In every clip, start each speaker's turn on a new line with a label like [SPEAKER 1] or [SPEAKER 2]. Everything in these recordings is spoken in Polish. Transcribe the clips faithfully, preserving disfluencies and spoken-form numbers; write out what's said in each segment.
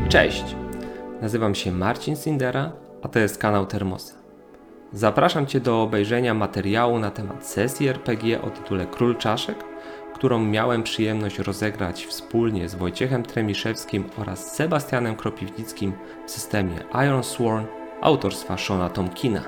[SPEAKER 1] Cześć, nazywam się Marcin Sindera, a to jest kanał Termosa. Zapraszam Cię do obejrzenia materiału na temat sesji er pe gie o tytule Król Czaszek, którą miałem przyjemność rozegrać wspólnie z Wojciechem Tremiszewskim oraz Sebastianem Kropiwnickim w systemie Ironsworn autorstwa Shona Tomkina.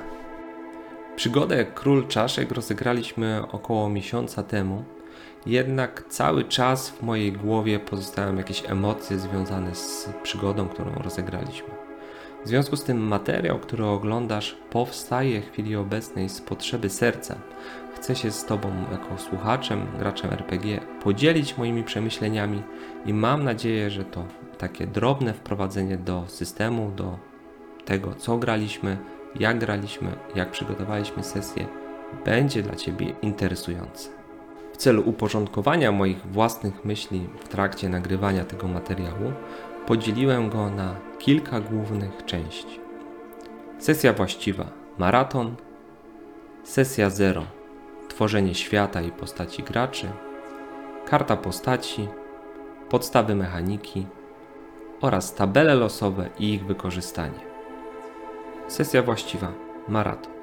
[SPEAKER 1] Przygodę Król Czaszek rozegraliśmy około miesiąca temu, jednak cały czas w mojej głowie pozostają jakieś emocje związane z przygodą, którą rozegraliśmy. W związku z tym materiał, który oglądasz, powstaje w chwili obecnej z potrzeby serca. Chcę się z Tobą jako słuchaczem, graczem er pe gie podzielić moimi przemyśleniami i mam nadzieję, że to takie drobne wprowadzenie do systemu, do tego, co graliśmy, jak graliśmy, jak przygotowaliśmy sesję, będzie dla Ciebie interesujące. W celu uporządkowania moich własnych myśli w trakcie nagrywania tego materiału podzieliłem go na kilka głównych części. Sesja właściwa – maraton. Sesja zero – tworzenie świata i postaci graczy. Karta postaci, podstawy mechaniki oraz tabele losowe i ich wykorzystanie. Sesja właściwa – maraton.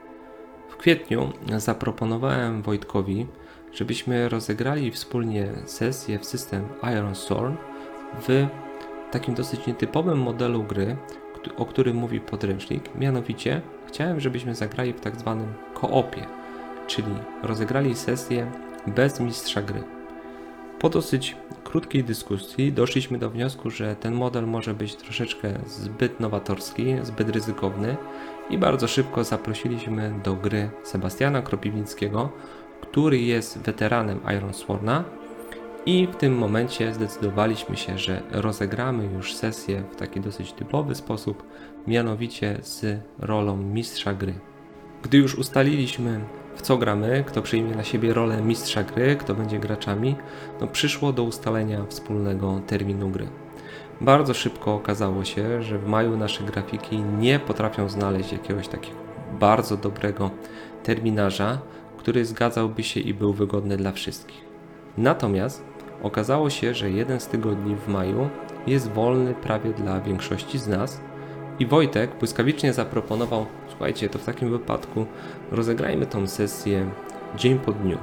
[SPEAKER 1] W kwietniu zaproponowałem Wojtkowi, żebyśmy rozegrali wspólnie sesję w system Ironsworn w takim dosyć nietypowym modelu gry, o którym mówi podręcznik. Mianowicie chciałem, żebyśmy zagrali w tak zwanym koopie, czyli rozegrali sesję bez mistrza gry. Po dosyć krótkiej dyskusji doszliśmy do wniosku, że ten model może być troszeczkę zbyt nowatorski, zbyt ryzykowny i bardzo szybko zaprosiliśmy do gry Sebastiana Kropiwnickiego, który jest weteranem Ironsworna, i w tym momencie zdecydowaliśmy się, że rozegramy już sesję w taki dosyć typowy sposób, mianowicie z rolą mistrza gry. Gdy już ustaliliśmy, w co gramy, kto przyjmie na siebie rolę mistrza gry, kto będzie graczami, no przyszło do ustalenia wspólnego terminu gry. Bardzo szybko okazało się, że w maju nasze grafiki nie potrafią znaleźć jakiegoś takiego bardzo dobrego terminarza, który zgadzałby się i był wygodny dla wszystkich. Natomiast okazało się, że jeden z tygodni w maju jest wolny prawie dla większości z nas i Wojtek błyskawicznie zaproponował: słuchajcie, to w takim wypadku rozegrajmy tą sesję dzień po dniu.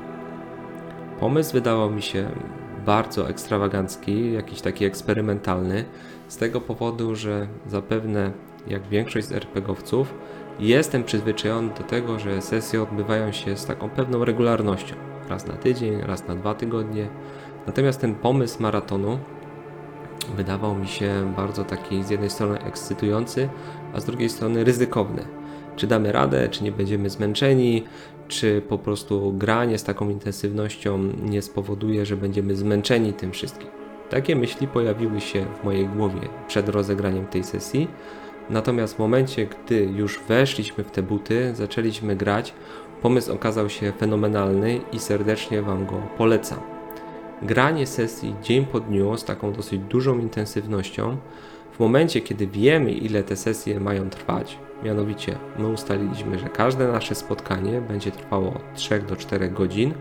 [SPEAKER 1] Pomysł wydawał mi się bardzo ekstrawagancki, jakiś taki eksperymentalny, z tego powodu, że zapewne jak większość z er pe gie owców jestem przyzwyczajony do tego, że sesje odbywają się z taką pewną regularnością. Raz na tydzień, raz na dwa tygodnie. Natomiast ten pomysł maratonu wydawał mi się bardzo taki z jednej strony ekscytujący, a z drugiej strony ryzykowny. Czy damy radę, czy nie będziemy zmęczeni, czy po prostu granie z taką intensywnością nie spowoduje, że będziemy zmęczeni tym wszystkim. Takie myśli pojawiły się w mojej głowie przed rozegraniem tej sesji. Natomiast w momencie, gdy już weszliśmy w te buty, zaczęliśmy grać, pomysł okazał się fenomenalny i serdecznie Wam go polecam. Granie sesji dzień po dniu z taką dosyć dużą intensywnością, w momencie, kiedy wiemy, ile te sesje mają trwać, mianowicie my ustaliliśmy, że każde nasze spotkanie będzie trwało od trzech do czterech godzin,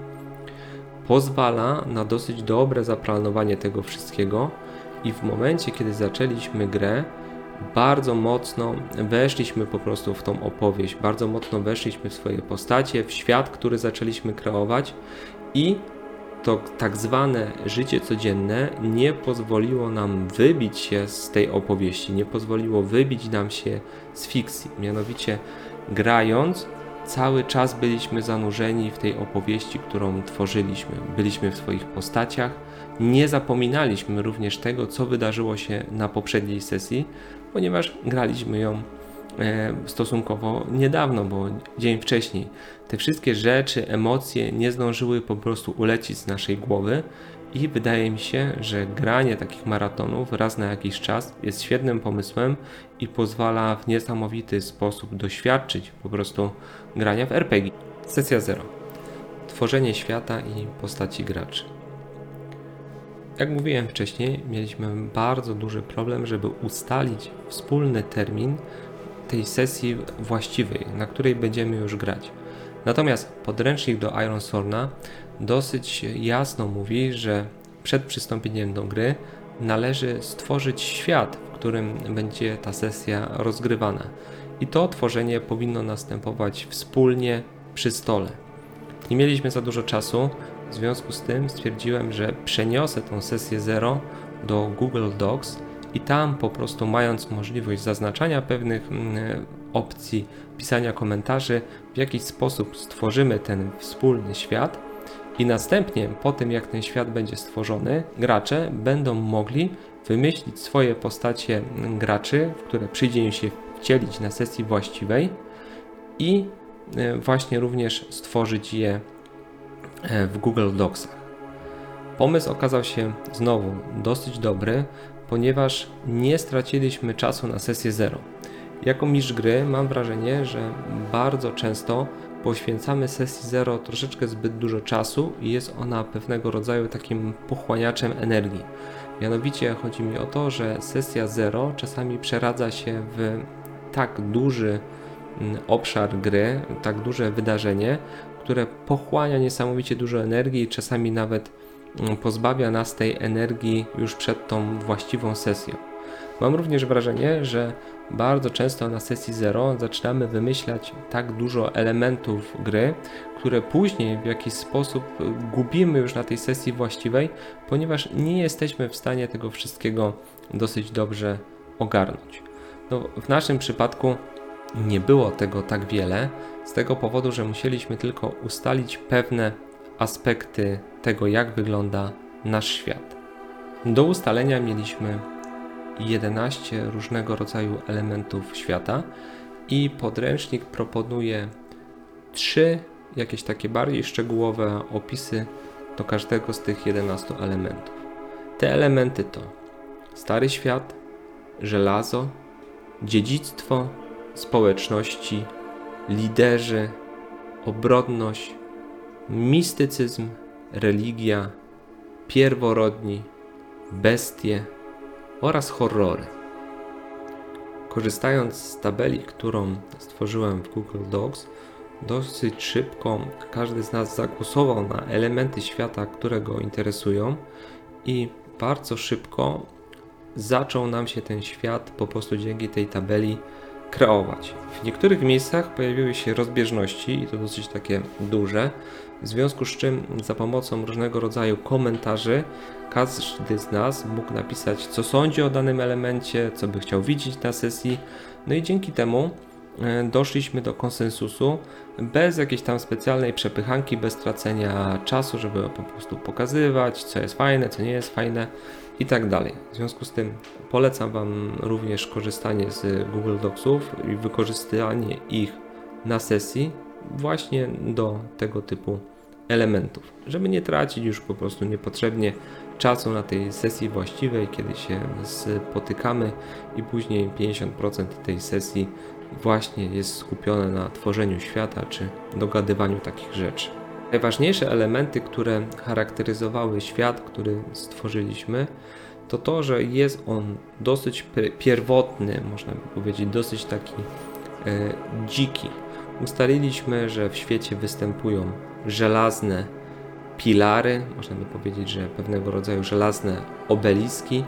[SPEAKER 1] pozwala na dosyć dobre zaplanowanie tego wszystkiego i w momencie, kiedy zaczęliśmy grę, bardzo mocno weszliśmy po prostu w tą opowieść, bardzo mocno weszliśmy w swoje postacie, w świat, który zaczęliśmy kreować i to tak zwane życie codzienne nie pozwoliło nam wybić się z tej opowieści, nie pozwoliło wybić nam się z fikcji. Mianowicie grając, cały czas byliśmy zanurzeni w tej opowieści, którą tworzyliśmy. Byliśmy w swoich postaciach, nie zapominaliśmy również tego, co wydarzyło się na poprzedniej sesji, ponieważ graliśmy ją stosunkowo niedawno, bo dzień wcześniej. Te wszystkie rzeczy, emocje nie zdążyły po prostu ulecieć z naszej głowy i wydaje mi się, że granie takich maratonów raz na jakiś czas jest świetnym pomysłem i pozwala w niesamowity sposób doświadczyć po prostu grania w er pe gie. Sesja zero. Tworzenie świata i postaci graczy. Jak mówiłem wcześniej, mieliśmy bardzo duży problem, żeby ustalić wspólny termin tej sesji właściwej, na której będziemy już grać. Natomiast podręcznik do Ironsworna dosyć jasno mówi, że przed przystąpieniem do gry należy stworzyć świat, w którym będzie ta sesja rozgrywana. I to tworzenie powinno następować wspólnie przy stole. Nie mieliśmy za dużo czasu, w związku z tym stwierdziłem, że przeniosę tą sesję zero do Google Docs i tam po prostu, mając możliwość zaznaczania pewnych mm, opcji, pisania komentarzy, w jakiś sposób stworzymy ten wspólny świat i następnie po tym, jak ten świat będzie stworzony, gracze będą mogli wymyślić swoje postacie graczy, w które przyjdzie im się wcielić na sesji właściwej i właśnie również stworzyć je w Google Docsach. Pomysł okazał się znowu dosyć dobry, ponieważ nie straciliśmy czasu na sesję zero. Jako mistrz gry mam wrażenie, że bardzo często poświęcamy sesji zero troszeczkę zbyt dużo czasu i jest ona pewnego rodzaju takim pochłaniaczem energii. Mianowicie chodzi mi o to, że sesja zero czasami przeradza się w tak duży obszar gry, tak duże wydarzenie, które pochłania niesamowicie dużo energii i czasami nawet pozbawia nas tej energii już przed tą właściwą sesją. Mam również wrażenie, że bardzo często na sesji zero zaczynamy wymyślać tak dużo elementów gry, które później w jakiś sposób gubimy już na tej sesji właściwej, ponieważ nie jesteśmy w stanie tego wszystkiego dosyć dobrze ogarnąć. No, w naszym przypadku nie było tego tak wiele, z tego powodu, że musieliśmy tylko ustalić pewne aspekty tego, jak wygląda nasz świat. Do ustalenia mieliśmy jedenaście różnego rodzaju elementów świata i podręcznik proponuje trzy jakieś takie bardziej szczegółowe opisy do każdego z tych jedenastu elementów. Te elementy to stary świat, żelazo, dziedzictwo, społeczności, liderzy, obrodność, mistycyzm, religia, pierworodni, bestie oraz horrory. Korzystając z tabeli, którą stworzyłem w Google Docs, dosyć szybko każdy z nas zagłosował na elementy świata, które go interesują i bardzo szybko zaczął nam się ten świat po prostu dzięki tej tabeli kreować. W niektórych miejscach pojawiły się rozbieżności i to dosyć takie duże, w związku z czym za pomocą różnego rodzaju komentarzy każdy z nas mógł napisać, co sądzi o danym elemencie, co by chciał widzieć na sesji, no i dzięki temu doszliśmy do konsensusu bez jakiejś tam specjalnej przepychanki, bez tracenia czasu, żeby po prostu pokazywać, co jest fajne, co nie jest fajne i tak dalej. W związku z tym polecam Wam również korzystanie z Google Docsów i wykorzystanie ich na sesji właśnie do tego typu elementów, żeby nie tracić już po prostu niepotrzebnie czasu na tej sesji właściwej, kiedy się spotykamy i później pięćdziesiąt procent tej sesji właśnie jest skupione na tworzeniu świata czy dogadywaniu takich rzeczy. Najważniejsze elementy, które charakteryzowały świat, który stworzyliśmy, to to, że jest on dosyć pierwotny, można by powiedzieć, dosyć taki e, dziki. Ustaliliśmy, że w świecie występują żelazne pilary, można by powiedzieć, że pewnego rodzaju żelazne obeliski,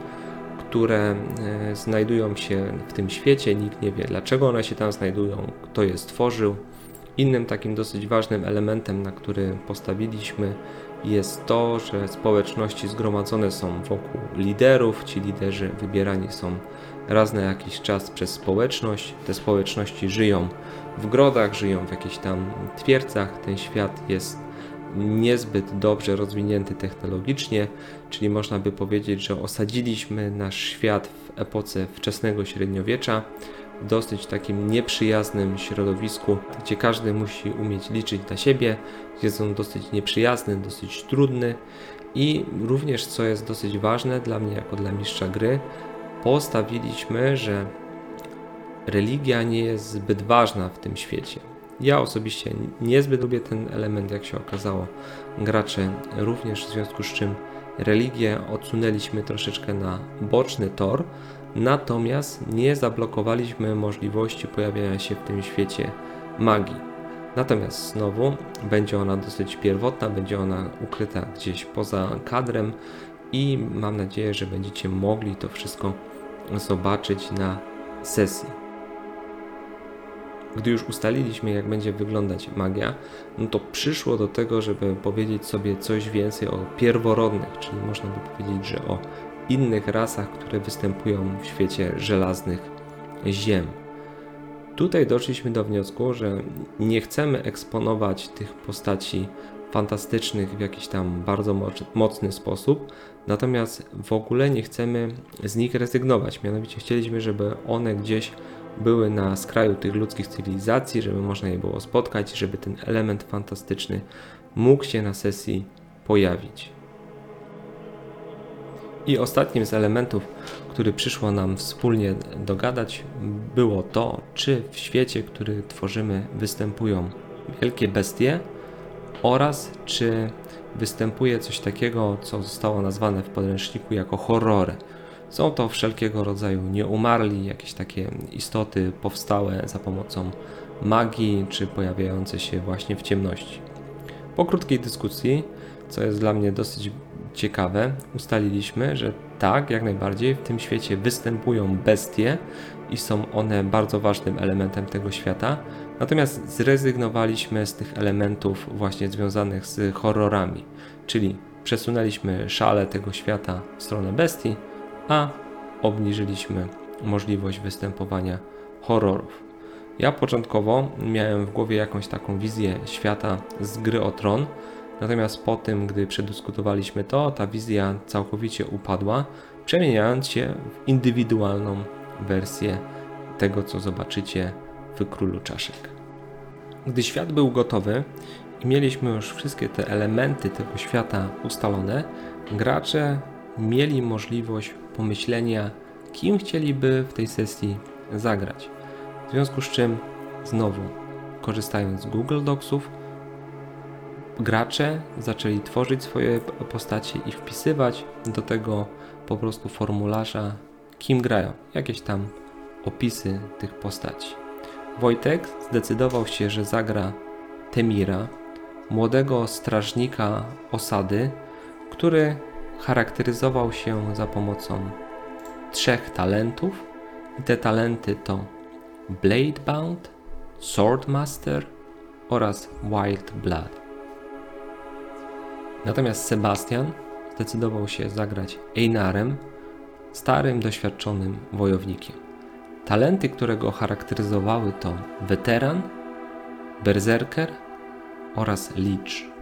[SPEAKER 1] które e, znajdują się w tym świecie. Nikt nie wie, dlaczego one się tam znajdują, kto je stworzył. Innym takim dosyć ważnym elementem, na który postawiliśmy, jest to, że społeczności zgromadzone są wokół liderów. Ci liderzy wybierani są raz na jakiś czas przez społeczność. Te społeczności żyją w grodach, żyją w jakichś tam twierdzach. Ten świat jest niezbyt dobrze rozwinięty technologicznie, czyli można by powiedzieć, że osadziliśmy nasz świat w epoce wczesnego średniowiecza, w dosyć takim nieprzyjaznym środowisku, gdzie każdy musi umieć liczyć na siebie. Jest on dosyć nieprzyjazny, dosyć trudny i również, co jest dosyć ważne dla mnie jako dla mistrza gry, postawiliśmy, że religia nie jest zbyt ważna w tym świecie. Ja osobiście niezbyt lubię ten element, jak się okazało. Gracze również, w związku z czym religię odsunęliśmy troszeczkę na boczny tor, natomiast nie zablokowaliśmy możliwości pojawiania się w tym świecie magii. Natomiast znowu będzie ona dosyć pierwotna, będzie ona ukryta gdzieś poza kadrem i mam nadzieję, że będziecie mogli to wszystko zobaczyć na sesji. Gdy już ustaliliśmy, jak będzie wyglądać magia, no to przyszło do tego, żeby powiedzieć sobie coś więcej o pierworodnych, czyli można by powiedzieć, że o innych rasach, które występują w świecie żelaznych ziem. Tutaj doszliśmy do wniosku, że nie chcemy eksponować tych postaci fantastycznych w jakiś tam bardzo mocny sposób, natomiast w ogóle nie chcemy z nich rezygnować. Mianowicie chcieliśmy, żeby one gdzieś były na skraju tych ludzkich cywilizacji, żeby można je było spotkać, żeby ten element fantastyczny mógł się na sesji pojawić. I ostatnim z elementów, który przyszło nam wspólnie dogadać, było to, czy w świecie, który tworzymy, występują wielkie bestie oraz czy występuje coś takiego, co zostało nazwane w podręczniku jako horrory. Są to wszelkiego rodzaju nieumarli, jakieś takie istoty powstałe za pomocą magii, czy pojawiające się właśnie w ciemności. Po krótkiej dyskusji, co jest dla mnie dosyć ciekawe, ustaliliśmy, że tak, jak najbardziej w tym świecie występują bestie i są one bardzo ważnym elementem tego świata, natomiast zrezygnowaliśmy z tych elementów właśnie związanych z horrorami, czyli przesunęliśmy szalę tego świata w stronę bestii, a obniżyliśmy możliwość występowania horrorów. Ja początkowo miałem w głowie jakąś taką wizję świata z Gry o Tron, natomiast po tym, gdy przedyskutowaliśmy to, ta wizja całkowicie upadła, przemieniając się w indywidualną wersję tego, co zobaczycie w Królu Czaszek. Gdy świat był gotowy i mieliśmy już wszystkie te elementy tego świata ustalone, gracze mieli możliwość pomyślenia, kim chcieliby w tej sesji zagrać. W związku z czym, znowu, korzystając z Google Docsów, gracze zaczęli tworzyć swoje postacie i wpisywać do tego po prostu formularza, kim grają, jakieś tam opisy tych postaci. Wojtek zdecydował się, że zagra Temira, młodego strażnika osady, który charakteryzował się za pomocą trzech talentów i te talenty to Bladebound, Swordmaster oraz Wild Blood. Natomiast Sebastian zdecydował się zagrać Einarem, starym, doświadczonym wojownikiem. Talenty, które go charakteryzowały to Weteran, Berserker oraz Lich.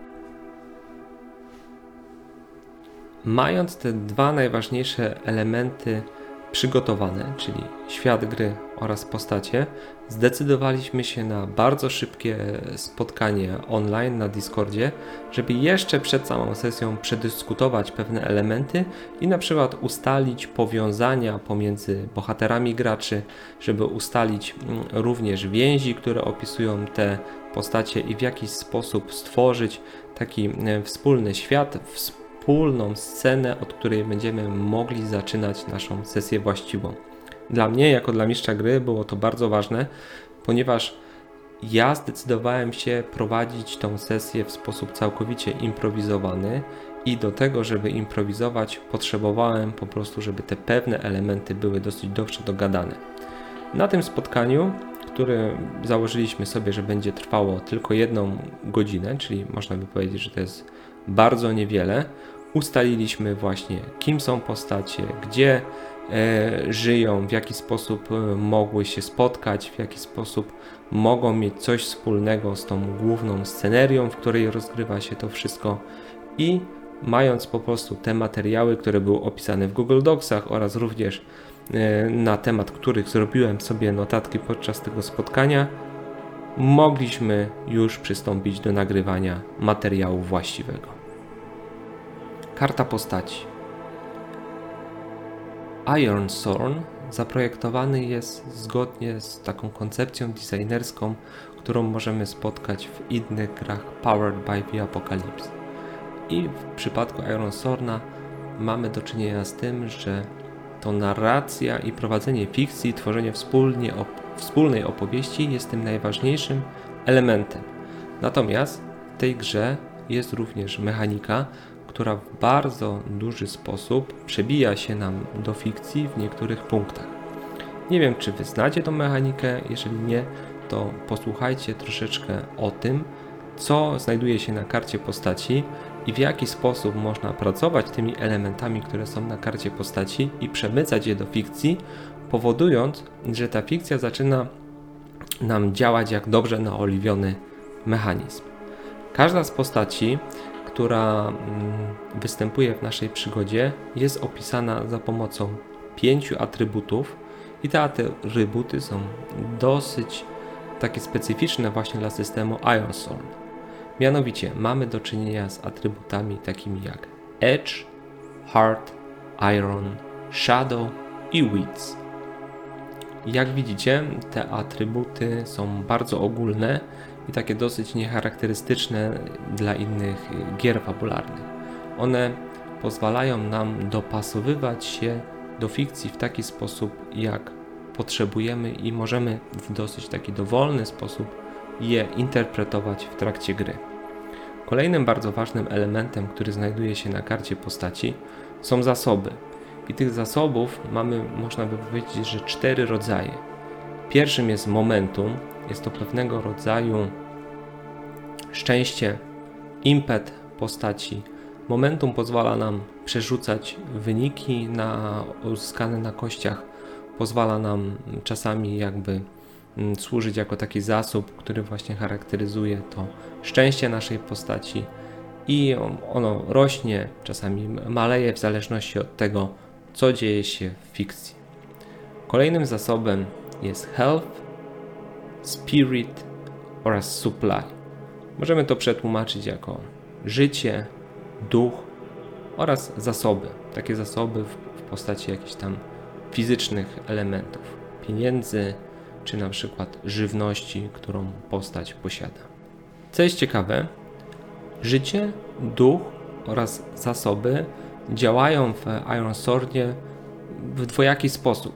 [SPEAKER 1] Mając te dwa najważniejsze elementy przygotowane, czyli świat gry oraz postacie, zdecydowaliśmy się na bardzo szybkie spotkanie online na Discordzie, żeby jeszcze przed samą sesją przedyskutować pewne elementy i na przykład ustalić powiązania pomiędzy bohaterami graczy, żeby ustalić również więzi, które opisują te postacie i w jakiś sposób stworzyć taki wspólny świat, wspólną scenę, od której będziemy mogli zaczynać naszą sesję właściwą. Dla mnie, jako dla mistrza gry, było to bardzo ważne, ponieważ ja zdecydowałem się prowadzić tą sesję w sposób całkowicie improwizowany i do tego, żeby improwizować, potrzebowałem po prostu, żeby te pewne elementy były dosyć dobrze dogadane. Na tym spotkaniu, które założyliśmy sobie, że będzie trwało tylko jedną godzinę, czyli można by powiedzieć, że to jest bardzo niewiele, ustaliliśmy właśnie, kim są postacie, gdzie e, żyją, w jaki sposób e, mogły się spotkać, w jaki sposób mogą mieć coś wspólnego z tą główną scenerią, w której rozgrywa się to wszystko, i mając po prostu te materiały, które były opisane w Google Docsach oraz również e, na temat których zrobiłem sobie notatki podczas tego spotkania, mogliśmy już przystąpić do nagrywania materiału właściwego. Karta postaci. Ironsorn zaprojektowany jest zgodnie z taką koncepcją designerską, którą możemy spotkać w innych grach Powered by the Apocalypse. I w przypadku Ironsorna mamy do czynienia z tym, że to narracja i prowadzenie fikcji, tworzenie wspólnie op- wspólnej opowieści jest tym najważniejszym elementem. Natomiast w tej grze jest również mechanika, która w bardzo duży sposób przebija się nam do fikcji w niektórych punktach. Nie wiem, czy wy znacie tą mechanikę, jeżeli nie, to posłuchajcie troszeczkę o tym, co znajduje się na karcie postaci i w jaki sposób można pracować tymi elementami, które są na karcie postaci i przemycać je do fikcji, powodując, że ta fikcja zaczyna nam działać jak dobrze naoliwiony mechanizm. Każda z postaci, która występuje w naszej przygodzie, jest opisana za pomocą pięciu atrybutów i te atrybuty są dosyć takie specyficzne właśnie dla systemu Ironsorn. Mianowicie mamy do czynienia z atrybutami takimi jak Edge, Heart, Iron, Shadow i Wits. Jak widzicie, te atrybuty są bardzo ogólne i takie dosyć niecharakterystyczne dla innych gier fabularnych. One pozwalają nam dopasowywać się do fikcji w taki sposób, jak potrzebujemy i możemy w dosyć taki dowolny sposób je interpretować w trakcie gry. Kolejnym bardzo ważnym elementem, który znajduje się na karcie postaci, są zasoby. I tych zasobów mamy, można by powiedzieć, że cztery rodzaje. Pierwszym jest momentum, jest to pewnego rodzaju szczęście, impet postaci. Momentum pozwala nam przerzucać wyniki na, uzyskane na kościach, pozwala nam czasami jakby służyć jako taki zasób, który właśnie charakteryzuje to szczęście naszej postaci i ono rośnie, czasami maleje w zależności od tego, co dzieje się w fikcji. Kolejnym zasobem jest health, spirit oraz supply. Możemy to przetłumaczyć jako życie, duch oraz zasoby. Takie zasoby w, w postaci jakichś tam fizycznych elementów, pieniędzy czy na przykład żywności, którą postać posiada. Co jest ciekawe, życie, duch oraz zasoby działają w Ironswornie w dwojaki sposób.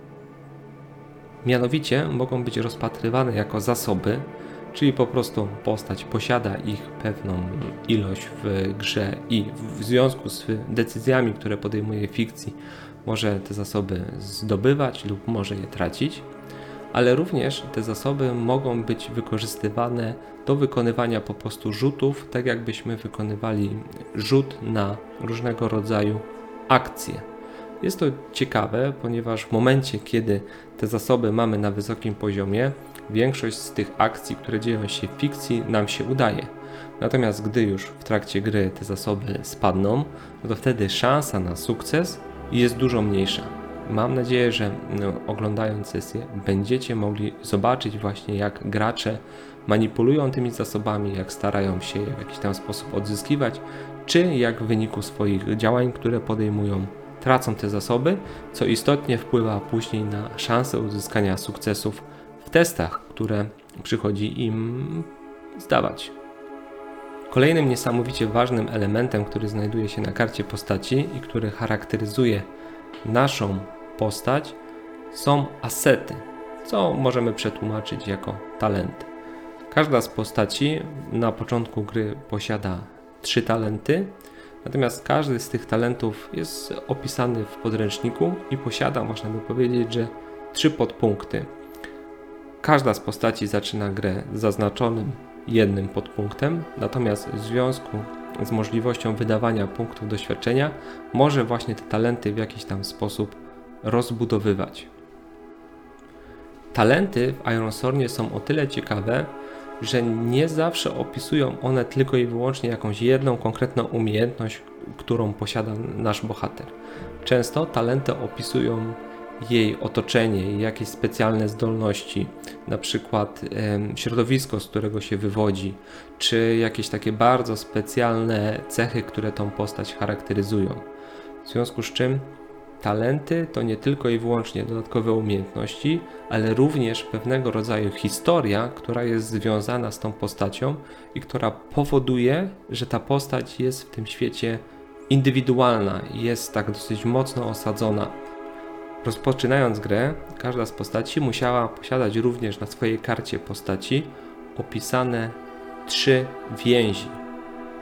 [SPEAKER 1] Mianowicie mogą być rozpatrywane jako zasoby, czyli po prostu postać posiada ich pewną ilość w grze i w związku z decyzjami, które podejmuje w fikcji, może te zasoby zdobywać lub może je tracić, ale również te zasoby mogą być wykorzystywane do wykonywania po prostu rzutów, tak jakbyśmy wykonywali rzut na różnego rodzaju akcje. Jest to ciekawe, ponieważ w momencie, kiedy te zasoby mamy na wysokim poziomie, większość z tych akcji, które dzieją się w fikcji, nam się udaje. Natomiast gdy już w trakcie gry te zasoby spadną, no to wtedy szansa na sukces jest dużo mniejsza. Mam nadzieję, że no, oglądając sesję będziecie mogli zobaczyć właśnie, jak gracze manipulują tymi zasobami, jak starają się je w jakiś tam sposób odzyskiwać, czy jak w wyniku swoich działań, które podejmują, tracą te zasoby, co istotnie wpływa później na szansę uzyskania sukcesów w testach, które przychodzi im zdawać. Kolejnym niesamowicie ważnym elementem, który znajduje się na karcie postaci i który charakteryzuje naszą postać, są asety, co możemy przetłumaczyć jako talenty. Każda z postaci na początku gry posiada trzy talenty, natomiast każdy z tych talentów jest opisany w podręczniku i posiada, można by powiedzieć, że trzy podpunkty. Każda z postaci zaczyna grę z zaznaczonym jednym podpunktem, natomiast w związku z możliwością wydawania punktów doświadczenia może właśnie te talenty w jakiś tam sposób rozbudowywać. Talenty w Ironswornie są o tyle ciekawe, że nie zawsze opisują one tylko i wyłącznie jakąś jedną konkretną umiejętność, którą posiada nasz bohater. Często talenty opisują jej otoczenie, jakieś specjalne zdolności, na przykład e, środowisko, z którego się wywodzi, czy jakieś takie bardzo specjalne cechy, które tą postać charakteryzują. W związku z czym talenty to nie tylko i wyłącznie dodatkowe umiejętności, ale również pewnego rodzaju historia, która jest związana z tą postacią i która powoduje, że ta postać jest w tym świecie indywidualna i jest tak dosyć mocno osadzona. Rozpoczynając grę, każda z postaci musiała posiadać również na swojej karcie postaci opisane trzy więzi.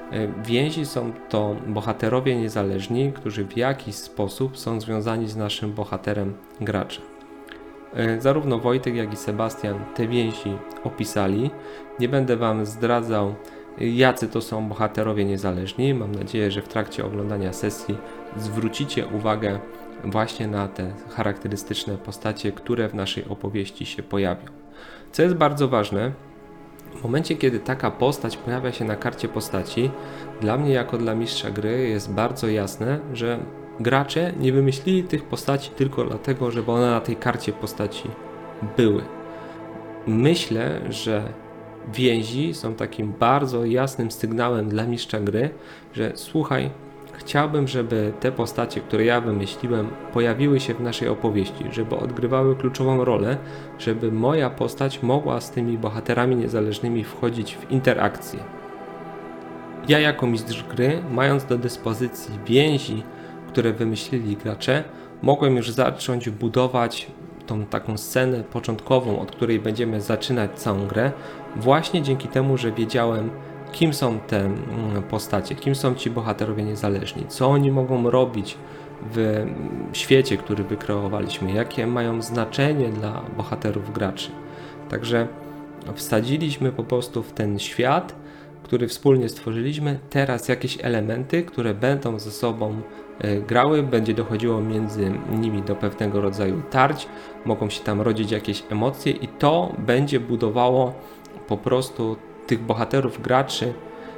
[SPEAKER 1] Więzi są to bohaterowie niezależni, którzy w jakiś sposób są związani z naszym bohaterem gracza. Zarówno Wojtek, jak i Sebastian te więzi opisali. Nie będę Wam zdradzał, jacy to są bohaterowie niezależni. Mam nadzieję, że w trakcie oglądania sesji zwrócicie uwagę właśnie na te charakterystyczne postacie, które w naszej opowieści się pojawią. Co jest bardzo ważne, w momencie, kiedy taka postać pojawia się na karcie postaci, dla mnie jako dla mistrza gry jest bardzo jasne, że gracze nie wymyślili tych postaci tylko dlatego, żeby one na tej karcie postaci były. Myślę, że więzi są takim bardzo jasnym sygnałem dla mistrza gry, że słuchaj, chciałbym, żeby te postacie, które ja wymyśliłem, pojawiły się w naszej opowieści, żeby odgrywały kluczową rolę, żeby moja postać mogła z tymi bohaterami niezależnymi wchodzić w interakcję. Ja jako mistrz gry, mając do dyspozycji więzi, które wymyślili gracze, mogłem już zacząć budować tą taką scenę początkową, od której będziemy zaczynać całą grę, właśnie dzięki temu, że wiedziałem, kim są te postacie, kim są ci bohaterowie niezależni, co oni mogą robić w świecie, który wykreowaliśmy, jakie mają znaczenie dla bohaterów graczy. Także wsadziliśmy po prostu w ten świat, który wspólnie stworzyliśmy, teraz jakieś elementy, które będą ze sobą grały, będzie dochodziło między nimi do pewnego rodzaju tarć, mogą się tam rodzić jakieś emocje i to będzie budowało po prostu tych bohaterów graczy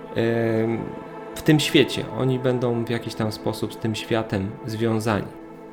[SPEAKER 1] w tym świecie. Oni będą w jakiś tam sposób z tym światem związani.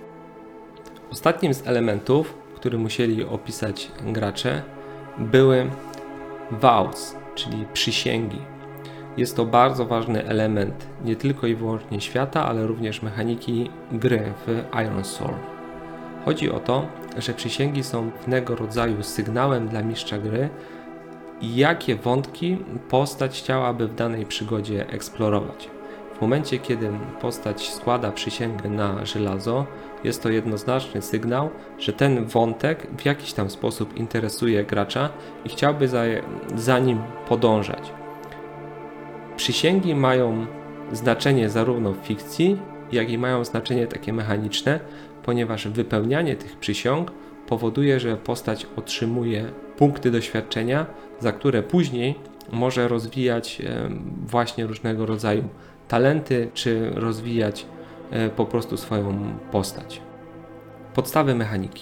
[SPEAKER 1] Ostatnim z elementów, który musieli opisać gracze, były vows, czyli przysięgi. Jest to bardzo ważny element nie tylko i wyłącznie świata, ale również mechaniki gry w Ironsworn. Chodzi o to, że przysięgi są pewnego rodzaju sygnałem dla mistrza gry, jakie wątki postać chciałaby w danej przygodzie eksplorować. W momencie, kiedy postać składa przysięgę na żelazo, jest to jednoznaczny sygnał, że ten wątek w jakiś tam sposób interesuje gracza i chciałby za, za nim podążać. Przysięgi mają znaczenie zarówno w fikcji, jak i mają znaczenie takie mechaniczne, ponieważ wypełnianie tych przysiąg powoduje, że postać otrzymuje punkty doświadczenia, za które później może rozwijać właśnie różnego rodzaju talenty, czy rozwijać po prostu swoją postać. Podstawy mechaniki.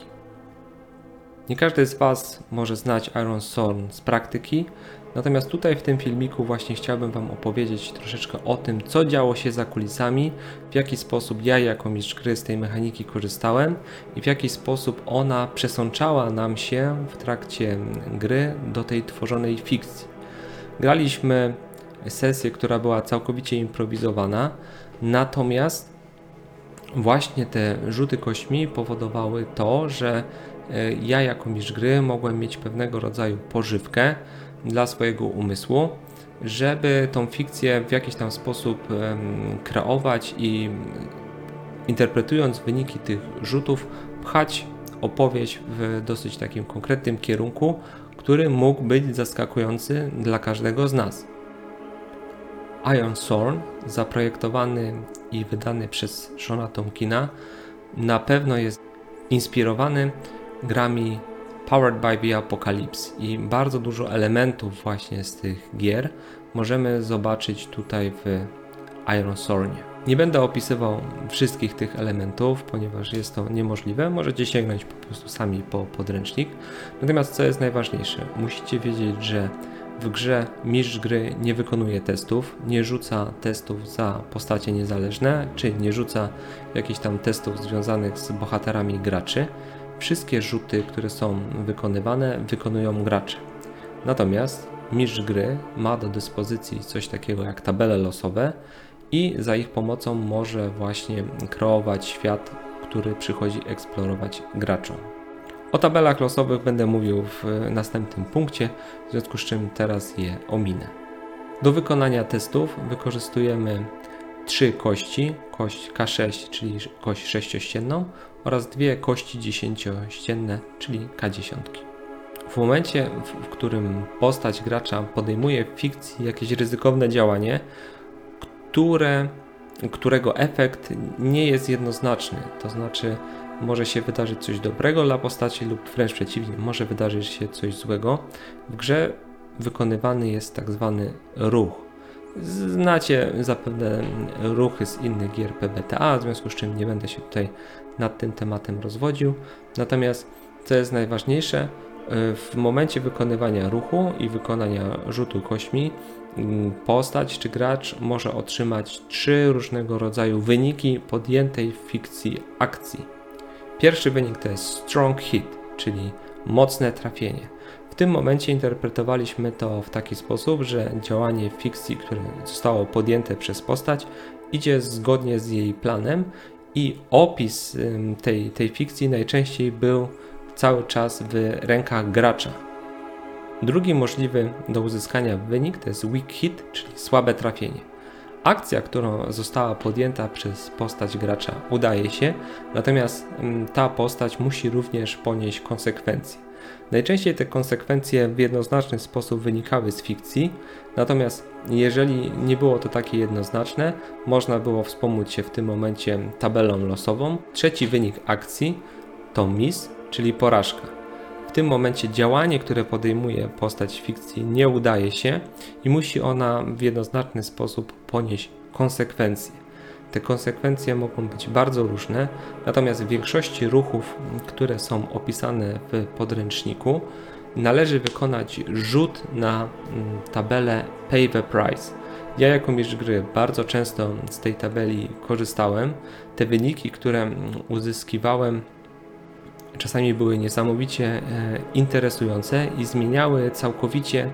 [SPEAKER 1] Nie każdy z Was może znać Ironsworn z praktyki, natomiast tutaj w tym filmiku właśnie chciałbym Wam opowiedzieć troszeczkę o tym, co działo się za kulisami, w jaki sposób ja jako mistrz gry z tej mechaniki korzystałem i w jaki sposób ona przesączała nam się w trakcie gry do tej tworzonej fikcji. Graliśmy sesję, która była całkowicie improwizowana, natomiast właśnie te rzuty kośćmi powodowały to, że ja jako mistrz gry mogłem mieć pewnego rodzaju pożywkę dla swojego umysłu, żeby tą fikcję w jakiś tam sposób kreować i interpretując wyniki tych rzutów, pchać opowieść w dosyć takim konkretnym kierunku, który mógł być zaskakujący dla każdego z nas. Ironsworn, zaprojektowany i wydany przez Shona Tomkina, na pewno jest inspirowany grami Powered by the Apocalypse i bardzo dużo elementów właśnie z tych gier możemy zobaczyć tutaj w Ironswornie. Nie będę opisywał wszystkich tych elementów, ponieważ jest to niemożliwe. Możecie sięgnąć po prostu sami po podręcznik. Natomiast co jest najważniejsze, musicie wiedzieć, że w grze mistrz gry nie wykonuje testów, nie rzuca testów za postacie niezależne, czy nie rzuca jakichś tam testów związanych z bohaterami graczy. Wszystkie rzuty, które są wykonywane, wykonują gracze. Natomiast mistrz gry ma do dyspozycji coś takiego jak tabele losowe i za ich pomocą może właśnie kreować świat, który przychodzi eksplorować graczom. O tabelach losowych będę mówił w następnym punkcie, w związku z czym teraz je ominę. Do wykonania testów wykorzystujemy trzy kości, kość K sześć, czyli kość sześciościenną oraz dwie kości dziesięciościenne, czyli K dziesięć. W momencie, w którym postać gracza podejmuje w fikcji jakieś ryzykowne działanie, które, którego efekt nie jest jednoznaczny, to znaczy może się wydarzyć coś dobrego dla postaci lub wręcz przeciwnie, może wydarzyć się coś złego. W grze wykonywany jest tak zwany ruch. Znacie zapewne ruchy z innych gier P B T A, w związku z czym nie będę się tutaj nad tym tematem rozwodził. Natomiast co jest najważniejsze, w momencie wykonywania ruchu i wykonania rzutu kośćmi postać czy gracz może otrzymać trzy różnego rodzaju wyniki podjętej w fikcji akcji. Pierwszy wynik to jest strong hit, czyli mocne trafienie. W tym momencie interpretowaliśmy to w taki sposób, że działanie fikcji, które zostało podjęte przez postać, idzie zgodnie z jej planem i opis tej, tej fikcji najczęściej był cały czas w rękach gracza. Drugi możliwy do uzyskania wynik to jest weak hit, czyli słabe trafienie. Akcja, która została podjęta przez postać gracza, udaje się, natomiast ta postać musi również ponieść konsekwencje. Najczęściej te konsekwencje w jednoznaczny sposób wynikały z fikcji, natomiast jeżeli nie było to takie jednoznaczne, można było wspomóc się w tym momencie tabelą losową. Trzeci wynik akcji to miss, czyli porażka. W tym momencie działanie, które podejmuje postać fikcji, nie udaje się i musi ona w jednoznaczny sposób ponieść konsekwencje. Te konsekwencje mogą być bardzo różne, natomiast w większości ruchów, które są opisane w podręczniku, należy wykonać rzut na tabelę Pay the Price. Ja jako mistrz gry bardzo często z tej tabeli korzystałem. Te wyniki, które uzyskiwałem, czasami były niesamowicie interesujące i zmieniały całkowicie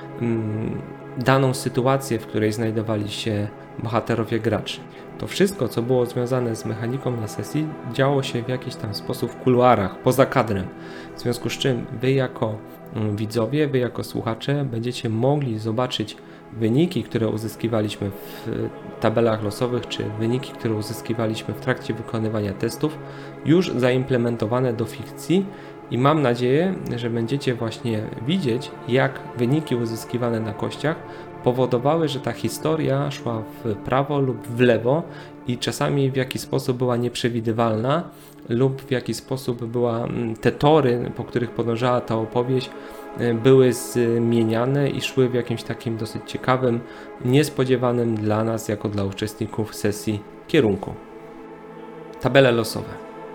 [SPEAKER 1] daną sytuację, w której znajdowali się bohaterowie graczy. To wszystko, co było związane z mechaniką na sesji, działo się w jakiś tam sposób w kuluarach, poza kadrem. W związku z czym wy jako widzowie, wy jako słuchacze będziecie mogli zobaczyć wyniki, które uzyskiwaliśmy w tabelach losowych, czy wyniki, które uzyskiwaliśmy w trakcie wykonywania testów, już zaimplementowane do fikcji i mam nadzieję, że będziecie właśnie widzieć, jak wyniki uzyskiwane na kościach powodowały, że ta historia szła w prawo lub w lewo i czasami w jaki sposób była nieprzewidywalna lub w jaki sposób była te tory, po których podążała ta opowieść, były zmieniane i szły w jakimś takim dosyć ciekawym, niespodziewanym dla nas jako dla uczestników sesji kierunku. Tabele losowe.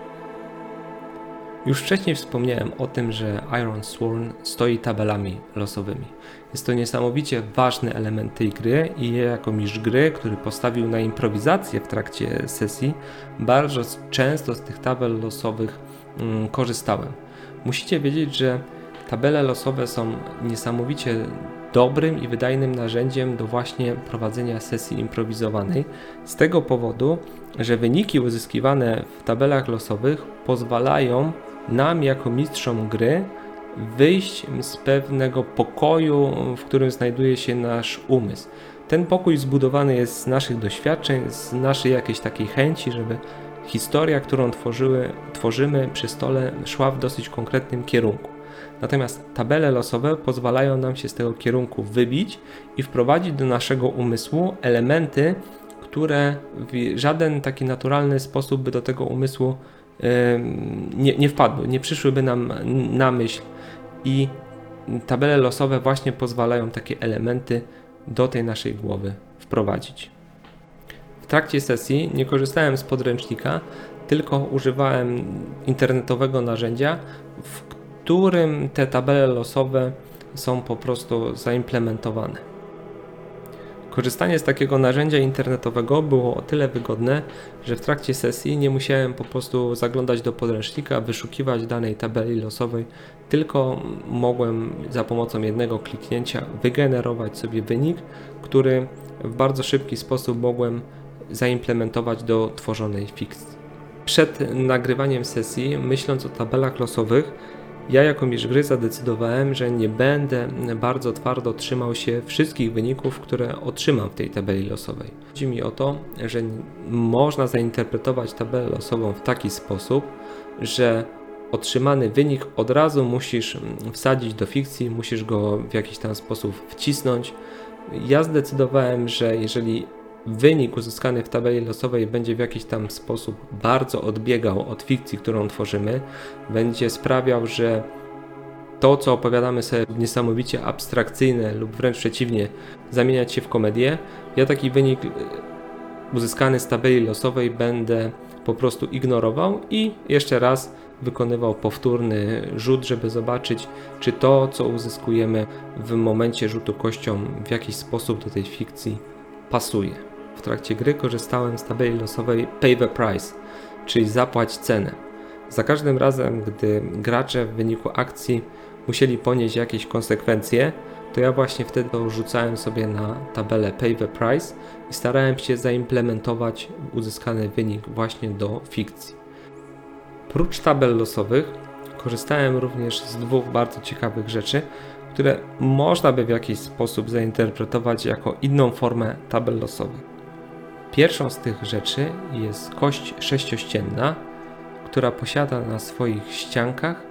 [SPEAKER 1] Już wcześniej wspomniałem o tym, że Iron Sworn stoi tabelami losowymi. Jest to niesamowicie ważny element tej gry i ja jako mistrz gry, który postawił na improwizację w trakcie sesji, bardzo często z tych tabel losowych mm, korzystałem. Musicie wiedzieć, że tabele losowe są niesamowicie dobrym i wydajnym narzędziem do właśnie prowadzenia sesji improwizowanej, z tego powodu, że wyniki uzyskiwane w tabelach losowych pozwalają nam jako mistrzom gry wyjść z pewnego pokoju, w którym znajduje się nasz umysł. Ten pokój zbudowany jest z naszych doświadczeń, z naszej jakiejś takiej chęci, żeby historia, którą tworzyły, tworzymy przy stole, szła w dosyć konkretnym kierunku. Natomiast tabele losowe pozwalają nam się z tego kierunku wybić i wprowadzić do naszego umysłu elementy, które w żaden taki naturalny sposób by do tego umysłu yy, nie, nie wpadły, nie przyszłyby nam na myśl i tabele losowe właśnie pozwalają takie elementy do tej naszej głowy wprowadzić. W trakcie sesji nie korzystałem z podręcznika, tylko używałem internetowego narzędzia, w którym te tabele losowe są po prostu zaimplementowane. Korzystanie z takiego narzędzia internetowego było o tyle wygodne, że w trakcie sesji nie musiałem po prostu zaglądać do podręcznika, wyszukiwać danej tabeli losowej, tylko mogłem za pomocą jednego kliknięcia wygenerować sobie wynik, który w bardzo szybki sposób mogłem zaimplementować do tworzonej fikcji. Przed nagrywaniem sesji, myśląc o tabelach losowych, ja jako mistrz gry zadecydowałem, że nie będę bardzo twardo trzymał się wszystkich wyników, które otrzymam w tej tabeli losowej. Chodzi mi o to, że można zainterpretować tabelę losową w taki sposób, że otrzymany wynik od razu musisz wsadzić do fikcji, musisz go w jakiś tam sposób wcisnąć. Ja zdecydowałem, że jeżeli wynik uzyskany w tabeli losowej będzie w jakiś tam sposób bardzo odbiegał od fikcji, którą tworzymy, będzie sprawiał, że to, co opowiadamy sobie niesamowicie abstrakcyjne lub wręcz przeciwnie, zamieniać się w komedię, ja taki wynik uzyskany z tabeli losowej będę po prostu ignorował i jeszcze raz wykonywał powtórny rzut, żeby zobaczyć, czy to, co uzyskujemy w momencie rzutu kością, w jakiś sposób do tej fikcji pasuje. W trakcie gry korzystałem z tabeli losowej Pay the Price, czyli zapłać cenę. Za każdym razem, gdy gracze w wyniku akcji musieli ponieść jakieś konsekwencje, to ja właśnie wtedy rzucałem sobie na tabelę Pay the Price i starałem się zaimplementować uzyskany wynik właśnie do fikcji. Prócz tabel losowych korzystałem również z dwóch bardzo ciekawych rzeczy, które można by w jakiś sposób zainterpretować jako inną formę tabel losowych. Pierwszą z tych rzeczy jest kość sześciościenna, która posiada na swoich ściankach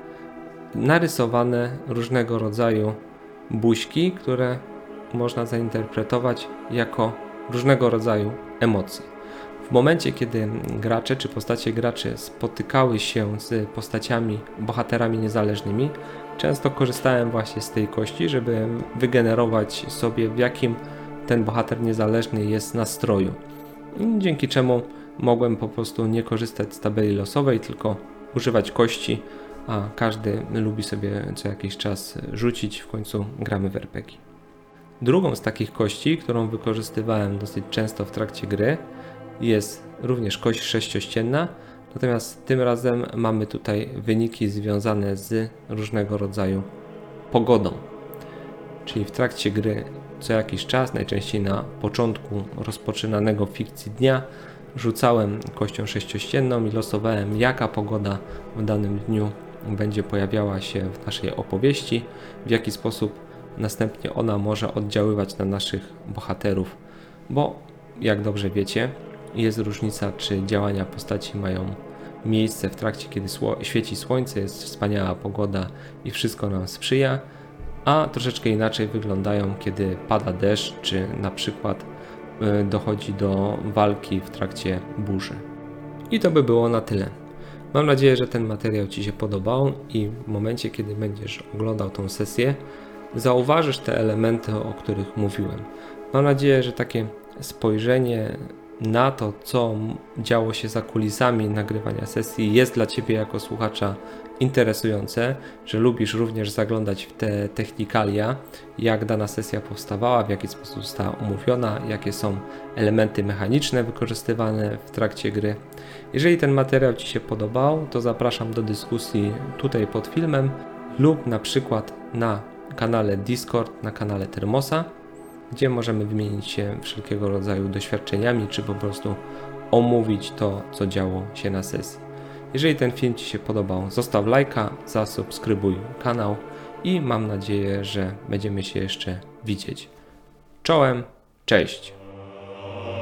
[SPEAKER 1] narysowane różnego rodzaju buźki, które można zainterpretować jako różnego rodzaju emocje. W momencie, kiedy gracze czy postacie graczy spotykały się z postaciami, bohaterami niezależnymi, często korzystałem właśnie z tej kości, żeby wygenerować sobie, w jakim ten bohater niezależny jest nastroju. Dzięki czemu mogłem po prostu nie korzystać z tabeli losowej, tylko używać kości, a każdy lubi sobie co jakiś czas rzucić, w końcu gramy w er pe gie. Drugą z takich kości, którą wykorzystywałem dosyć często w trakcie gry, jest również kość sześciościenna, natomiast tym razem mamy tutaj wyniki związane z różnego rodzaju pogodą. Czyli w trakcie gry co jakiś czas, najczęściej na początku rozpoczynanego fikcji dnia, rzucałem kością sześciościenną i losowałem, jaka pogoda w danym dniu będzie pojawiała się w naszej opowieści, w jaki sposób następnie ona może oddziaływać na naszych bohaterów, bo jak dobrze wiecie, jest różnica, czy działania postaci mają miejsce w trakcie, kiedy sło- świeci słońce, jest wspaniała pogoda i wszystko nam sprzyja, a troszeczkę inaczej wyglądają, kiedy pada deszcz, czy na przykład y, dochodzi do walki w trakcie burzy. I to by było na tyle. Mam nadzieję, że ten materiał Ci się podobał i w momencie, kiedy będziesz oglądał tą sesję, zauważysz te elementy, o których mówiłem. Mam nadzieję, że takie spojrzenie na to, co działo się za kulisami nagrywania sesji, jest dla Ciebie jako słuchacza interesujące, że lubisz również zaglądać w te technikalia, jak dana sesja powstawała, w jaki sposób została omówiona, jakie są elementy mechaniczne wykorzystywane w trakcie gry. Jeżeli ten materiał Ci się podobał, to zapraszam do dyskusji tutaj pod filmem lub na przykład na kanale Discord, na kanale Termosa, gdzie możemy wymienić się wszelkiego rodzaju doświadczeniami, czy po prostu omówić to, co działo się na sesji. Jeżeli ten film Ci się podobał, zostaw lajka, zasubskrybuj kanał i mam nadzieję, że będziemy się jeszcze widzieć. Czołem, cześć!